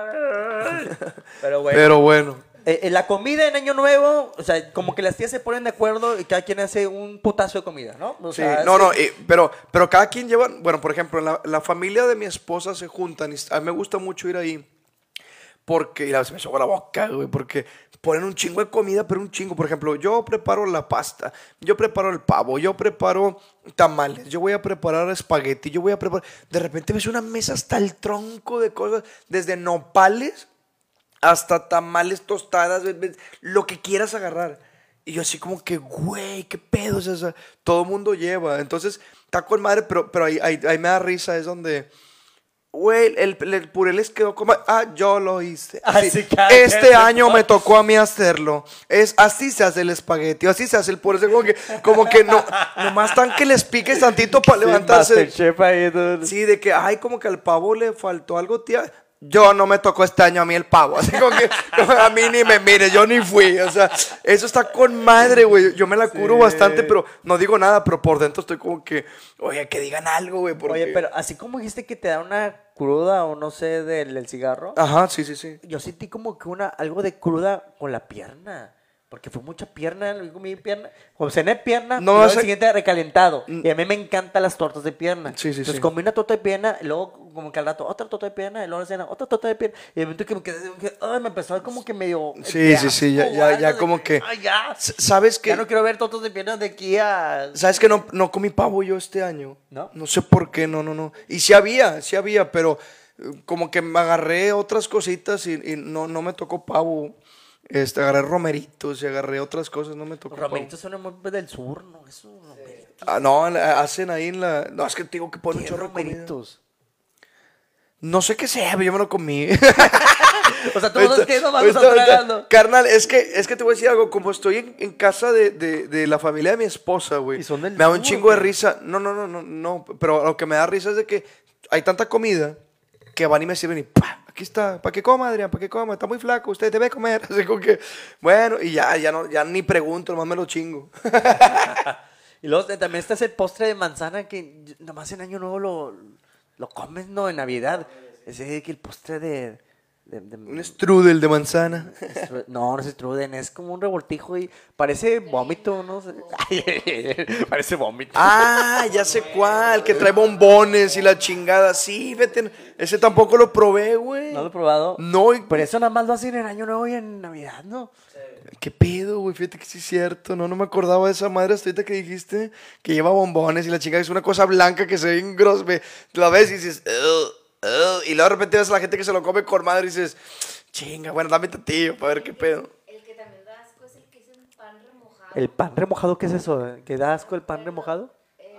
Pero bueno. Pero bueno. La comida en Año Nuevo, o sea, como que las tías se ponen de acuerdo y cada quien hace un putazo de comida, ¿no? O Sí, sea, no, sí. pero cada quien lleva, bueno, por ejemplo, la familia de mi esposa se juntan y a mí me gusta mucho ir ahí porque, y se me hizo la boca, güey, porque ponen un chingo de comida, pero un chingo. Por ejemplo, yo preparo la pasta, yo preparo el pavo, yo preparo tamales, yo voy a preparar espagueti, yo voy a preparar... De repente ves una mesa hasta el tronco de cosas, desde nopales hasta tamales, tostadas, lo que quieras agarrar. Y yo así como que, güey, qué pedo, o sea, todo el mundo lleva. Entonces, está con madre, pero ahí me da risa, es donde... Güey, el puré les quedó como... yo lo hice. Así que, este año me tocó a mí hacerlo. Así se hace el espagueti, así se hace el puré. Como que no, nomás tan que les piques tantito para levantarse. Masterchef ahí, Sí, de que, como que al pavo le faltó algo, tía. Yo no me tocó este año a mí el pavo. Así como que a mí ni me mire, yo ni fui. O sea, eso está con madre, güey. Yo me la curo bastante, pero no digo nada, pero por dentro estoy como que, oye, que digan algo, güey. Oye, pero así como dijiste que te da una cruda o no sé del cigarro. Ajá, sí. Yo sentí como que algo de cruda con la pierna. Porque fue mucha pierna, luego comí pierna. Como cené pierna, No, y luego o sea, el siguiente recalentado. Y a mí me encantan las tortas de pierna. Sí. Entonces comí una torta de pierna, y luego como que al rato otra torta de pierna, y luego la cena otra torta de pierna. Y de momento que me quedé, me empezó a ver como que medio... Sí, ya como que... ya. ¿Sabes qué? Ya no quiero ver tortas de pierna de aquí a... ¿Sabes que no comí pavo yo este año? ¿No? No sé por qué, no. Y sí había, pero como que me agarré otras cositas y no me tocó pavo. Agarré romeritos y agarré otras cosas, no me tocó Los romeritos son muy del sur, ¿no? Eso, romeritos. pavo. No, hacen ahí en la... No, es que te digo que ponen un ¿Qué chorro de comida. romeritos? No sé qué sea, pero yo me lo comí. O sea, tú no sabes qué nomás lo estás tragando. Carnal, es que te voy a decir algo. Como estoy en casa de la familia de mi esposa, güey. ¿Y son del Me da un sur, chingo de o qué? risa. No. Pero lo que me da risa es de que hay tanta comida que van y me sirven y ¡pah! Aquí está. ¿Para qué coma, Adrián? ¿Para qué coma? Está muy flaco. Usted debe comer. Así como que, bueno, y ya ni pregunto, nomás me lo chingo. Y luego también está ese postre de manzana que nomás en Año Nuevo lo comes, ¿no? En Navidad. Ese que el postre de Un strudel de manzana. no es strudel, es como un revoltijo y parece vómito, no sé. Parece vómito. Ya sé cuál, que trae bombones y la chingada. Sí, vete. Ese tampoco lo probé, güey. ¿No lo he probado? No, Pero eso nada más lo hacen en Año Nuevo y en Navidad, ¿no? ¿Qué pedo, güey? Fíjate que sí es cierto. No me acordaba de esa madre hasta ahorita que dijiste que lleva bombones y la chingada es una cosa blanca que se ve en gross. La ves y dices, "Ugh, ugh", y luego de repente ves a la gente que se lo come con madre y dices, chinga, bueno, dame tantillo para ver qué pedo. El que también da asco es el que es en pan remojado. ¿El pan remojado qué es eso? ¿Que da asco el pan remojado?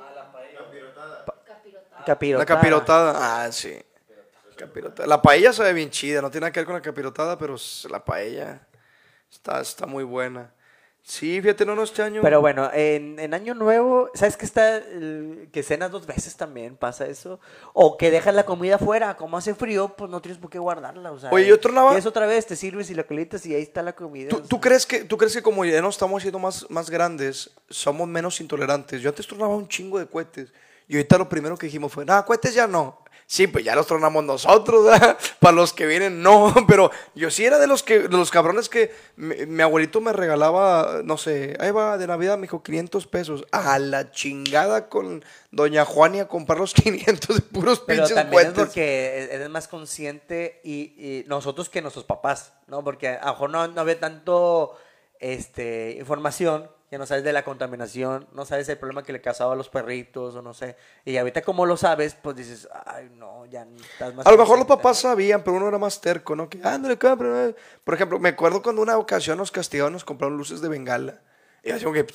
Capirotada. La capirotada. Sí. Capirotada. La paella sabe bien chida. No tiene nada que ver con la capirotada, pero la paella está muy buena. Sí, fíjate, no, este año. Pero bueno, en Año Nuevo, ¿sabes que está que cenas 2 veces también pasa eso? O que dejas la comida afuera, como hace frío, pues no tienes por qué guardarla, o sea. Oye, yo tronaba- tienes otra vez, te sirves y la calientas y ahí está la comida. o ¿Tú sea. crees que como ya nos estamos haciendo más grandes, somos menos intolerantes? Yo antes tronaba un chingo de cohetes. Y ahorita lo primero que dijimos fue, cohetes ya no. Sí, pues ya los tronamos nosotros, ¿verdad? Para los que vienen, no. Pero yo sí era de los cabrones que mi abuelito me regalaba, no sé, ahí va de Navidad, me dijo, 500 pesos. A la chingada con doña Juania a comprar los 500 de puros Pero pinches también es cohetes. porque eres más consciente y nosotros que nuestros papás, ¿no? Porque a lo mejor no había tanto información, que no sabes de la contaminación, no sabes el problema que le causaba a los perritos o no sé. Y ahorita como lo sabes, pues dices, ay, no, ya estás más A lo mejor los consciente, papás ¿no? sabían, pero uno era más terco, ¿no? Que, ándale, compra. Por ejemplo, me acuerdo cuando una ocasión nos castigaron, nos compraron luces de bengala. Y así como que,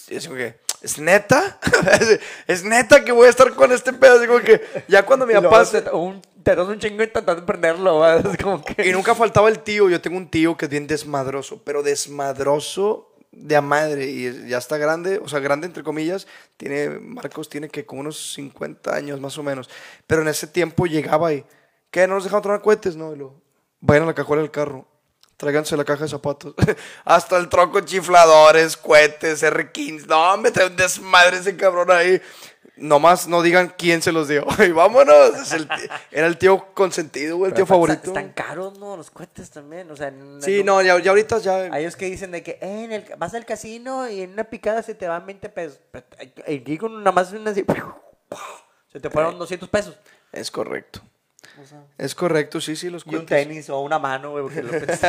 ¿es neta? ¿Es neta que voy a estar con este pedo? Así como que, ya cuando mi Y luego papá... te das un chingo intentando prenderlo, ¿va? Es como que... Y nunca faltaba el tío. Yo tengo un tío que es bien desmadroso, pero desmadroso de a madre. Y ya está grande, o sea, grande entre comillas. Marcos tiene que como unos 50 años más o menos. Pero en ese tiempo llegaba y, ¿qué? ¿No nos dejaron tronar cohetes? No, y luego, vayan a la cajuela del carro. Tráiganse la caja de zapatos. Hasta el tronco chifladores, cohetes, R15. No, me trae un desmadre ese cabrón ahí. Nomás no digan quién se los dio. Y vámonos. Era el tío consentido, güey, el tío favorito. Están caros, ¿no? Los cohetes también, o sea... Sí, no, ya ahorita ya... Hay ellos que dicen de que vas al casino y en una picada se te van 20 pesos. Pero aquí con nada más una así... Se te fueron 200 pesos. Es correcto. O sea, Es correcto, sí, los y un cohetes. tenis o una mano, güey, porque lo pensé.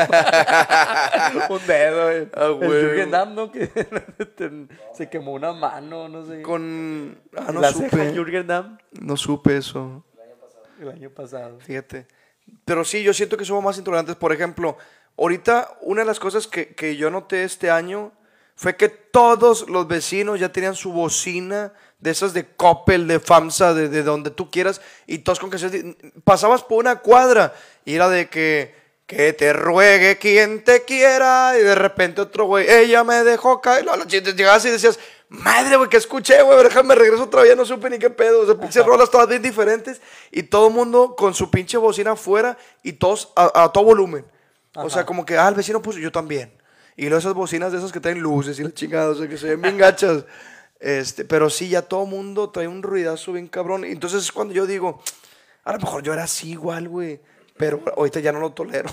Un dedo, güey. Ah, El güey. Jürgen Damm, ¿no? Que se quemó una mano, no sé. Con... Ah, no la ceja supe. Jürgen Damm No supe eso. el año pasado. Fíjate. Pero sí, yo siento que somos más intolerantes. Por ejemplo, ahorita una de las cosas que yo noté este año fue que todos los vecinos ya tenían su bocina de esas de Coppel, de FAMSA, de donde tú quieras, y todos con que pasabas por una cuadra y era de que te ruegue quien te quiera, y de repente otro güey, ella me dejó caer, llegabas y decías, madre, güey, que escuché, güey, déjame regreso otra vez, no supe ni qué pedo, o sea, pinches rolas todas bien diferentes, y todo el mundo con su pinche bocina afuera, y todos a todo volumen, o sea, como que, el vecino puso, yo también, y luego esas bocinas de esas que traen luces y la chingada, o sea, que se ven bien gachas, pero sí, ya todo el mundo trae un ruidazo bien cabrón, y entonces es cuando yo digo, a lo mejor yo era así igual, güey, pero ahorita ya no lo tolero.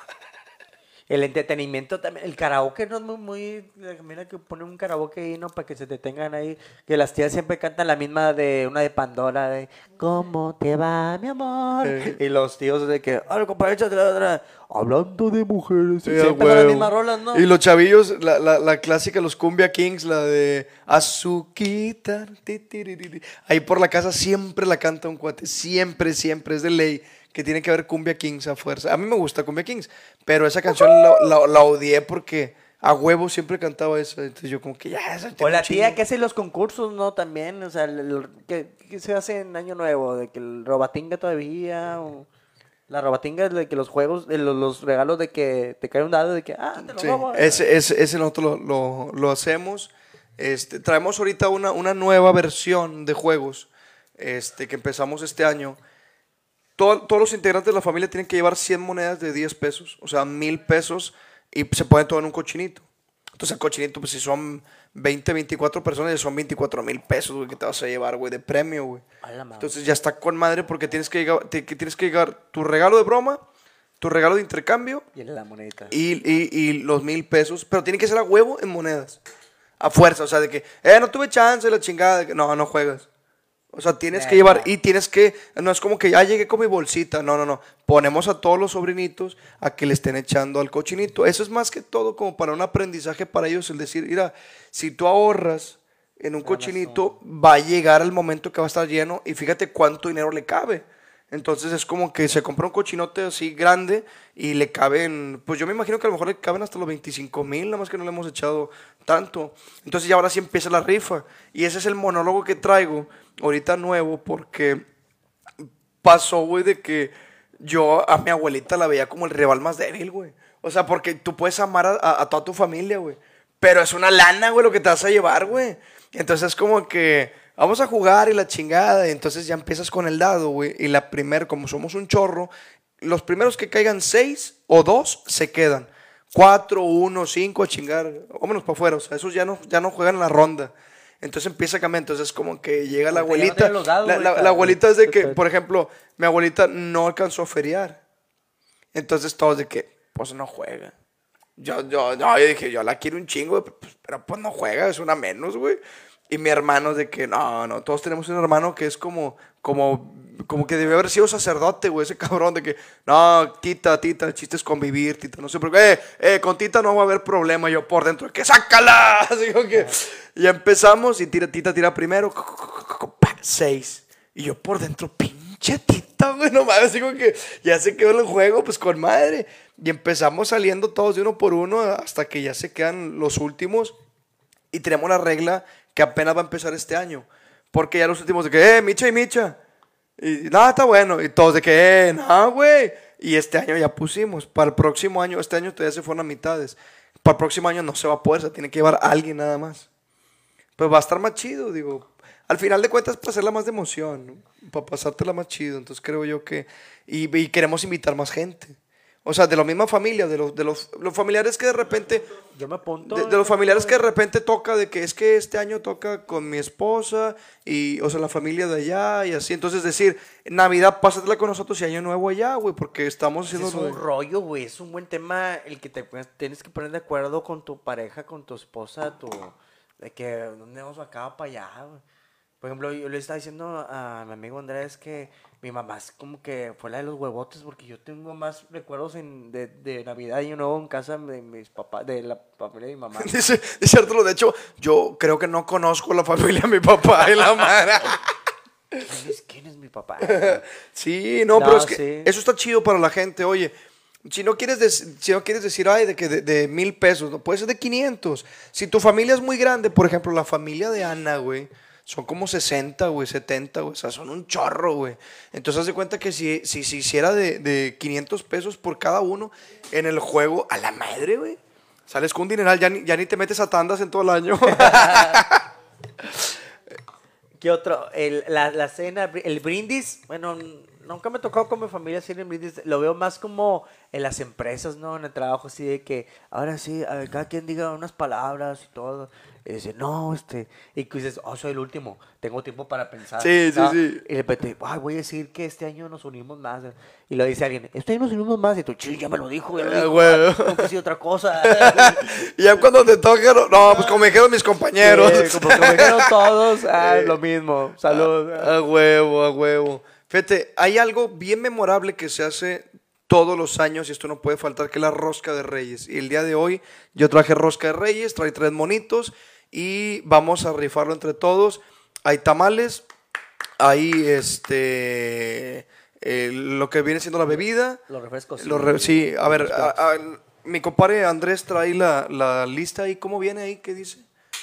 El entretenimiento también, el karaoke no es mira que ponen un karaoke ahí, ¿no? Para que se detengan ahí, que las tías siempre cantan la misma de una de Pandora, de ¿cómo te va, mi amor? Y los tíos de que, compadre, échate la otra, hablando de mujeres, Sí, siempre son las mismas rolas, ¿no? Y los chavillos, la clásica, los Cumbia Kings, la de Azuquita, ahí por la casa siempre la canta un cuate, siempre, es de ley que tiene que haber Cumbia Kings a fuerza. A mí me gusta Cumbia Kings, pero esa canción la odié porque a huevo siempre cantaba eso, entonces yo como que ya... O la tía que hace los concursos, ¿no? También, o sea, que se hace en Año Nuevo, de que el robatinga todavía, o la robatinga es de que los juegos, de los regalos de que te cae un dado, de que, te lo Sí, robo. ese nosotros lo hacemos. Traemos ahorita una nueva versión de juegos que empezamos este año. Todos los integrantes de la familia tienen que llevar 100 monedas de 10 pesos, o sea, 1000 pesos, y se ponen todo en un cochinito. Entonces el cochinito, pues si son 20, 24 personas, ya son 24,000 pesos, güey, que te vas a llevar, güey, de premio, güey. A la madre. Entonces ya está con madre porque tienes que llegar tu regalo de broma, tu regalo de intercambio Y la monedita. y los 1000 pesos, pero tiene que ser a huevo en monedas. A fuerza, o sea, de que, no tuve chance, la chingada, de que, no juegas. O sea, tienes que llevar y tienes que, no es como que ya llegué con mi bolsita, no. Ponemos a todos los sobrinitos a que le estén echando al cochinito. Eso es más que todo como para un aprendizaje para ellos, el decir, mira, si tú ahorras en un cochinito, va a llegar el momento que va a estar lleno y fíjate cuánto dinero le cabe. Entonces es como que se compra un cochinote así grande y le caben, pues yo me imagino que a lo mejor le caben hasta los 25,000, nada más que no le hemos echado tanto. Entonces ya ahora sí empieza la rifa. Y ese es el monólogo que traigo ahorita nuevo porque pasó, güey, de que yo a mi abuelita la veía como el rival más débil, güey. O sea, porque tú puedes amar a toda tu familia, güey. Pero es una lana, güey, lo que te vas a llevar, güey. Entonces es como que vamos a jugar y la chingada. Y entonces ya empiezas con el dado, güey. Y la primera, como somos un chorro, los primeros que caigan 6 o 2 se quedan. 4, 1, 5 a chingar. Vámonos para afuera. O sea, esos ya no juegan en la ronda. Entonces empieza a cambiar. Entonces como que llega la Porque ya no abuelita. tienen los dados, La abuelita es de que, por ejemplo, mi abuelita no alcanzó a feriar. Entonces todos de que, pues no juega. Yo dije, yo la quiero un chingo, pero pues no juega, es una menos, güey. Y mi hermano de que, no, todos tenemos un hermano que es como que debe haber sido sacerdote, güey, ese cabrón de que, no, tita, el chiste es convivir, tita, no sé por qué, con tita no va a haber problema, yo por dentro, que sácala, así como que, y empezamos y tita tira primero, 6, y yo por dentro, pinche tita, güey, no mames, así como que ya se quedó el juego, pues con madre, y empezamos saliendo todos de uno por uno hasta que ya se quedan los últimos, y tenemos la regla que apenas va a empezar este año. Porque ya los últimos de que, Micha y Micha. Y nada, está bueno. Y todos de que, no, güey. Y este año ya pusimos. Para el próximo año, este año todavía se fueron a mitades. Para el próximo año no se va a poder, se tiene que llevar a alguien nada más. Pues va a estar más chido, digo. Al final de cuentas, para hacerla más de emoción, ¿no? Para pasártela más chido. Entonces creo yo que. Y queremos invitar más gente. O sea, de la misma familia, de los familiares que de repente... Yo me apunto. De los familiares que de repente toca, de que es que este año toca con mi esposa, y, o sea, la familia de allá, y así. Entonces decir, Navidad, pásatela con nosotros y Año Nuevo allá, güey, porque estamos haciendo... Es un rollo, güey, es un buen tema el que tienes que poner de acuerdo con tu pareja, con tu esposa, de que dónde vamos acá para allá, güey. Por ejemplo, yo le estaba diciendo a mi amigo Andrés que mi mamá es como que fue la de los huevotes, porque yo tengo más recuerdos de Navidad y Año Nuevo en casa de mis papás, de la familia de mi mamá. Dice Arturo, de hecho, yo creo que no conozco la familia de mi papá y la madre. ¿Quién es mi papá? Sí, no, pero es que sí. eso está chido para la gente. Oye, si no quieres decir, ay, de 1,000 pesos, no puede ser de 500. Si tu familia es muy grande, por ejemplo, la familia de Ana, güey, son como 60, güey, 70, güey, o sea, son un chorro, güey. Entonces, haz de cuenta que si se hiciera de 500 pesos por cada uno en el juego, a la madre, güey. Sales con un dineral, ya ni te metes a tandas en todo el año. ¿Qué otro? La cena, el brindis. Bueno, nunca me ha tocado con mi familia hacer el brindis. Lo veo más como en las empresas, ¿no? En el trabajo, así de que ahora sí, a ver, cada quien diga unas palabras y todo. Y dice, no, y que dices, soy el último, tengo tiempo para pensar. Sí, ¿no? sí. Y de repente, voy a decir que este año nos unimos más. Y lo dice alguien, este año nos unimos más. Y tú, ya me lo dijo, ya lo dijo. Güey. Tengo que decir otra cosa. Y ya cuando te toca, no, pues como me dijeron mis compañeros. Sí, como que me dijeron todos, lo mismo. Salud. A huevo, a huevo. Fíjate, hay algo bien memorable que se hace todos los años y esto no puede faltar, que es la rosca de Reyes. Y el día de hoy yo traje rosca de Reyes, trae 3 monitos y vamos a rifarlo entre todos. Hay tamales, hay lo que viene siendo la bebida. Los refrescos. Sí, a ver, mi compadre Andrés trae la lista ahí. ¿Cómo viene ahí? ¿Qué dice?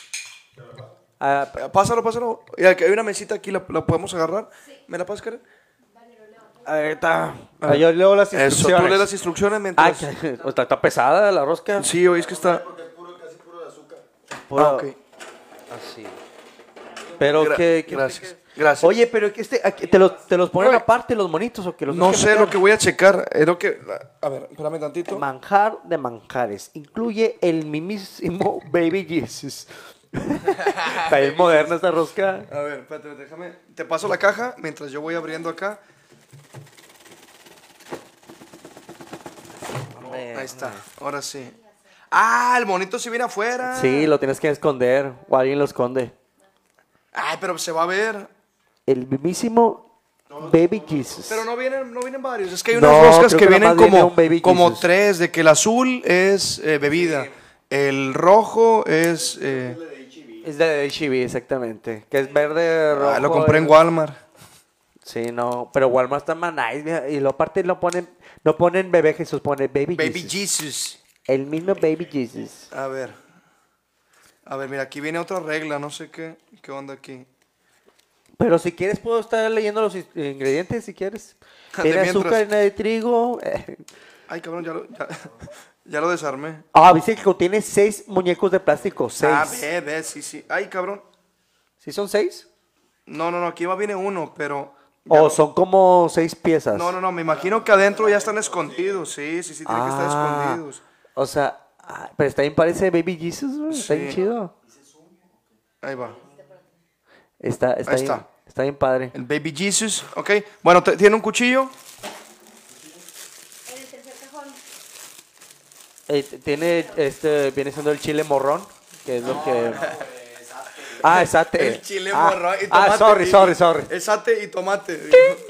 Pásalo. Y aquí hay una mesita aquí, ¿la podemos agarrar? ¿Me la pasas, Karen? A ver, yo leo las Eso, instrucciones. tú lees las instrucciones mientras... Está pesada la rosca. Sí, oye, es que está... Puro- Ah, ok. Así. Pero Gracias. Gracias. Oye, pero que aquí, ¿te los ponen aparte los monitos o que los no tienes sé meter? lo que voy a checar. Es lo que... A ver, espérame tantito. Manjar de manjares. Incluye el mismísimo Baby Jesus. Está bien moderna esta rosca. A ver, espérate, déjame... Te paso la caja mientras yo voy abriendo acá. Ahí está, ahora sí. Ah, el monito sí viene afuera. Sí, lo tienes que esconder o alguien lo esconde. Ay, pero se va a ver. El mismísimo Baby Jesus. Pero no vienen varios. Es que hay No, unas roscas creo que que vienen nomás viene un Baby como Jesus. 3, de que el azul es bebida. El rojo es... Es de Chibi, exactamente. Que es verde, rojo. lo compré en Walmart. Sí, no, pero Walmart está más nice. Mira, y lo aparte no ponen bebé Jesús, pone Baby Baby Jesus. Jesus. El mismo Baby Jesus. A ver, mira, aquí viene otra regla, no sé qué onda aquí. Pero si quieres puedo estar leyendo los ingredientes, si quieres. De Tiene mientras. azúcar, harina de trigo. Ay, cabrón, ya lo desarmé. Dice que contiene 6 muñecos de plástico. 6. Ve, sí. Ay, cabrón. ¿Sí son 6? No, aquí viene uno, pero... ¿O son como 6 piezas? No, me imagino que adentro ya están escondidos. Sí, tienen que estar escondidos. O sea, pero está bien, parece Baby Jesus, güey. Está bien Sí. chido. Ahí va. Está Ahí bien, está. está bien padre. El Baby Jesus, ok. Bueno, ¿tiene un cuchillo? En el tercer cajón. Tiene, viene siendo el chile morrón, que es lo que... Exacte. El chile morrón y tomate. Sorry. El sate y tomate.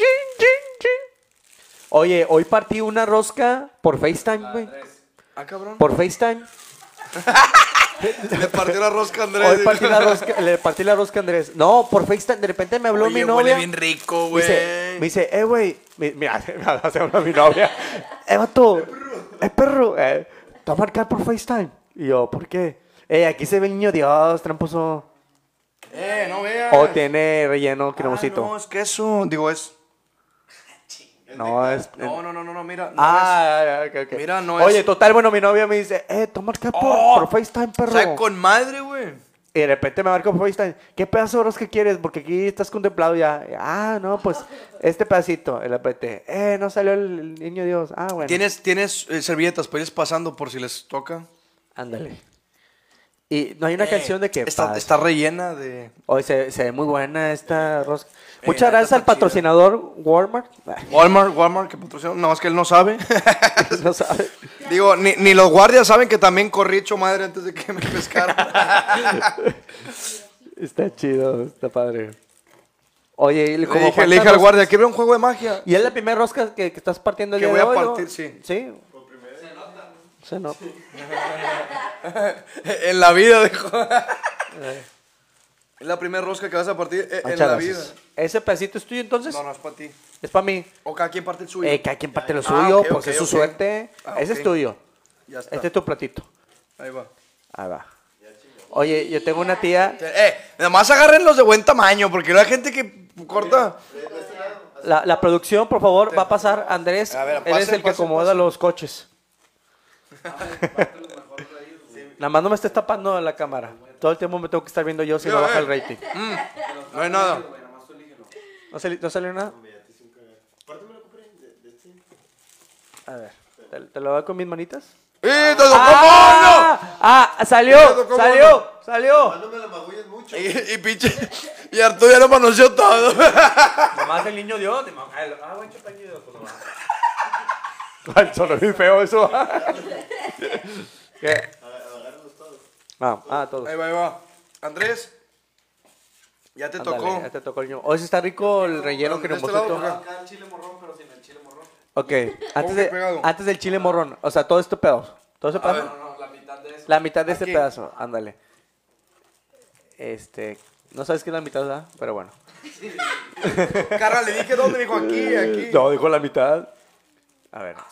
Oye, hoy partí una rosca por FaceTime, güey. Ah, cabrón. Por FaceTime. Le partió la rosca a Andrés. Hoy le partí la rosca a Andrés. No, por FaceTime. De repente me habló Oye, mi novia. huele bien rico, güey. Me dice, güey. Mira, me hace una mi novia. Vato, perro. Te va a marcar por FaceTime. Y yo, ¿por qué? Aquí se ve el niño Dios, tramposo. No veas. O tiene relleno cremosito. No, es queso. Digo, es... No, es... No, mira. ok. Mira, no Oye, es- total, bueno, mi novia me dice, toma marca por FaceTime, perro. O sea, con madre, güey. Y de repente me marca por FaceTime, ¿qué pedazo de rosca quieres? Porque aquí estás contemplado ya. No, pues, este pedacito. Y de repente, no salió el niño Dios. Bueno. ¿Tienes servilletas para irles pasando por si les toca? Ándale. Y no hay una canción de que... Está rellena de... Hoy se ve muy buena esta rosca. Muchas la gracias neta al está patrocinador Walmart. Walmart que patrocina, nada más que él no sabe. No sabe. Digo, ni los guardias saben que también corrí hecho madre antes de que me pescaran. Está chido, está padre. Oye, y Le como dije faltan al los- guardia, ¿quiere ver un juego de magia? ¿Y es la primera rosca que estás partiendo el Que día voy de a hoy? partir, ¿o? sí. ¿Sí? Se nota. En la vida, dijo. Es la primera rosca que vas a partir en Muchas la gracias. vida. ¿Ese pedacito es tuyo entonces? No, no, es para ti. Es para mí. O cada quien parte el suyo. Cada quien parte lo suyo, ok, pues ok, es su ok. suerte. Ah, Ese ok. es tuyo. Ya está. Este es tu platito. Ahí va. Ahí va. Oye, yo tengo una tía. Nada más agarren los de buen tamaño, porque no hay gente que corta. La producción, por favor, va a pasar Andrés. A ver, Él es pase, el que pase, acomoda pase. los coches. Nada más no me estés tapando la cámara. Todo el tiempo me tengo que estar viendo yo si no baja el rating. No hay nada. ¿No salió nada? A ver, ¿te lo doy con mis manitas? ¡Y te tocó mono! Salió, ¿Cómo salió. No me la magulles mucho. Y pinche. Y Arturo ya lo manoseó todo. Nomás el niño dio. Buen chupañido. Ay, sonó muy feo eso. ¿Qué? Agárralos todos. Todos. Ahí va. Andrés. Ya te Ándale, tocó. ya te tocó el niño. Hoy sí está rico el relleno que ¿De nos este lado, mostró. por acá? Acá el chile morrón, pero sin el chile morrón. Ok, que pegado? antes del chile morrón. O sea, todo este pedazo. Todo ese pedazo. No, no, la mitad de eso. La mitad de este Aquí. pedazo. Ándale. No sabes qué es la mitad, ¿verdad? Pero bueno. Carra, le dije dónde, me dijo aquí. No, dijo la mitad. A ver.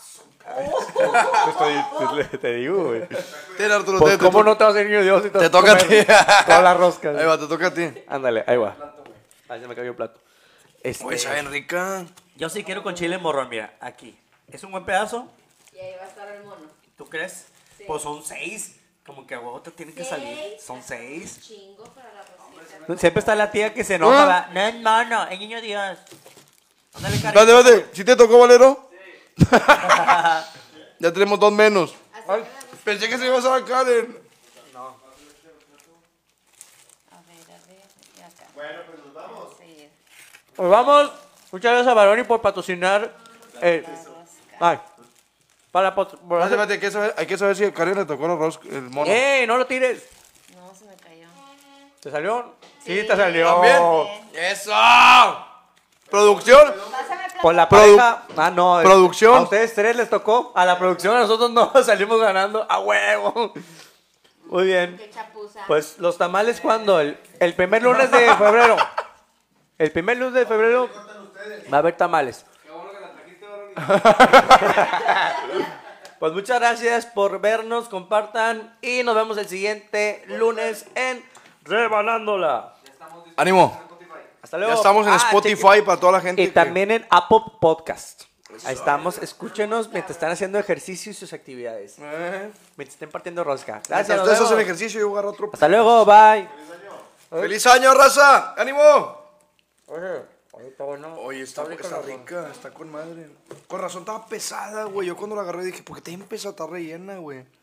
Te digo, güey. Ten, Arturo, Pues, te ¿cómo no te vas a ser niño Dios si te vas te a toca a comer ti. todas las roscas? Ahí va, te toca a ti. Ándale, ahí va. Ahí se me cayó el plato. Oye, saben rica. Yo sí quiero con chile morrón, mira, aquí. Es un buen pedazo, Y ahí va a estar el mono. ¿tú crees? Sí. Pues son 6. Como que a huevo te tienen que salir. Seis. Son 6. Chingo para la rosquita. Siempre está la tía que se enoja. ¿verdad? No, hermano, es niño Dios. Ándale, Espérate, espérate. ¿Sí te tocó, Valero? Ya tenemos 2 menos. Ay, pensé que se iba a sacar Karen. A ver, y acá. Bueno, pues nos vamos. Sí, Pues vamos. Muchas gracias a Baroni por patrocinar. Ay. Para Espérate, hay que saber si a Karen le tocó el mono. ¡Ey! ¡No lo tires! no, se me cayó. ¿Te salió? Sí, Sí. te salió. ¿También? ¡Eso! ¿Producción? Pásame el Por la Produ- pareja. No. producción. A ustedes 3 les tocó. A la producción, a nosotros no. Salimos ganando. ¡A huevo! Muy bien. Qué chapuza. Pues los tamales, ¿cuándo? El primer lunes de febrero. El primer lunes de febrero va a haber tamales. Qué bueno que la trajiste, Baroni. Pues muchas gracias por vernos, compartan y nos vemos el siguiente lunes en Rebanándola. Ánimo. Hasta luego. Ya estamos en Spotify chequen. para toda la gente. Y que- también en Apple Podcast. Ahí estamos, escúchenos mientras están haciendo ejercicio y sus actividades. Mientras estén partiendo rosca. Gracias, Mientras nos ustedes hacen vemos. ejercicio, yo voy a agarrar otro. Hasta luego, bye. ¡Feliz año, raza! ¡Ánimo! Oye, está bueno. Oye, está rica rica, la está con madre. Con razón estaba pesada, güey. Yo cuando la agarré dije, ¿por qué te pesada? Está rellena, güey.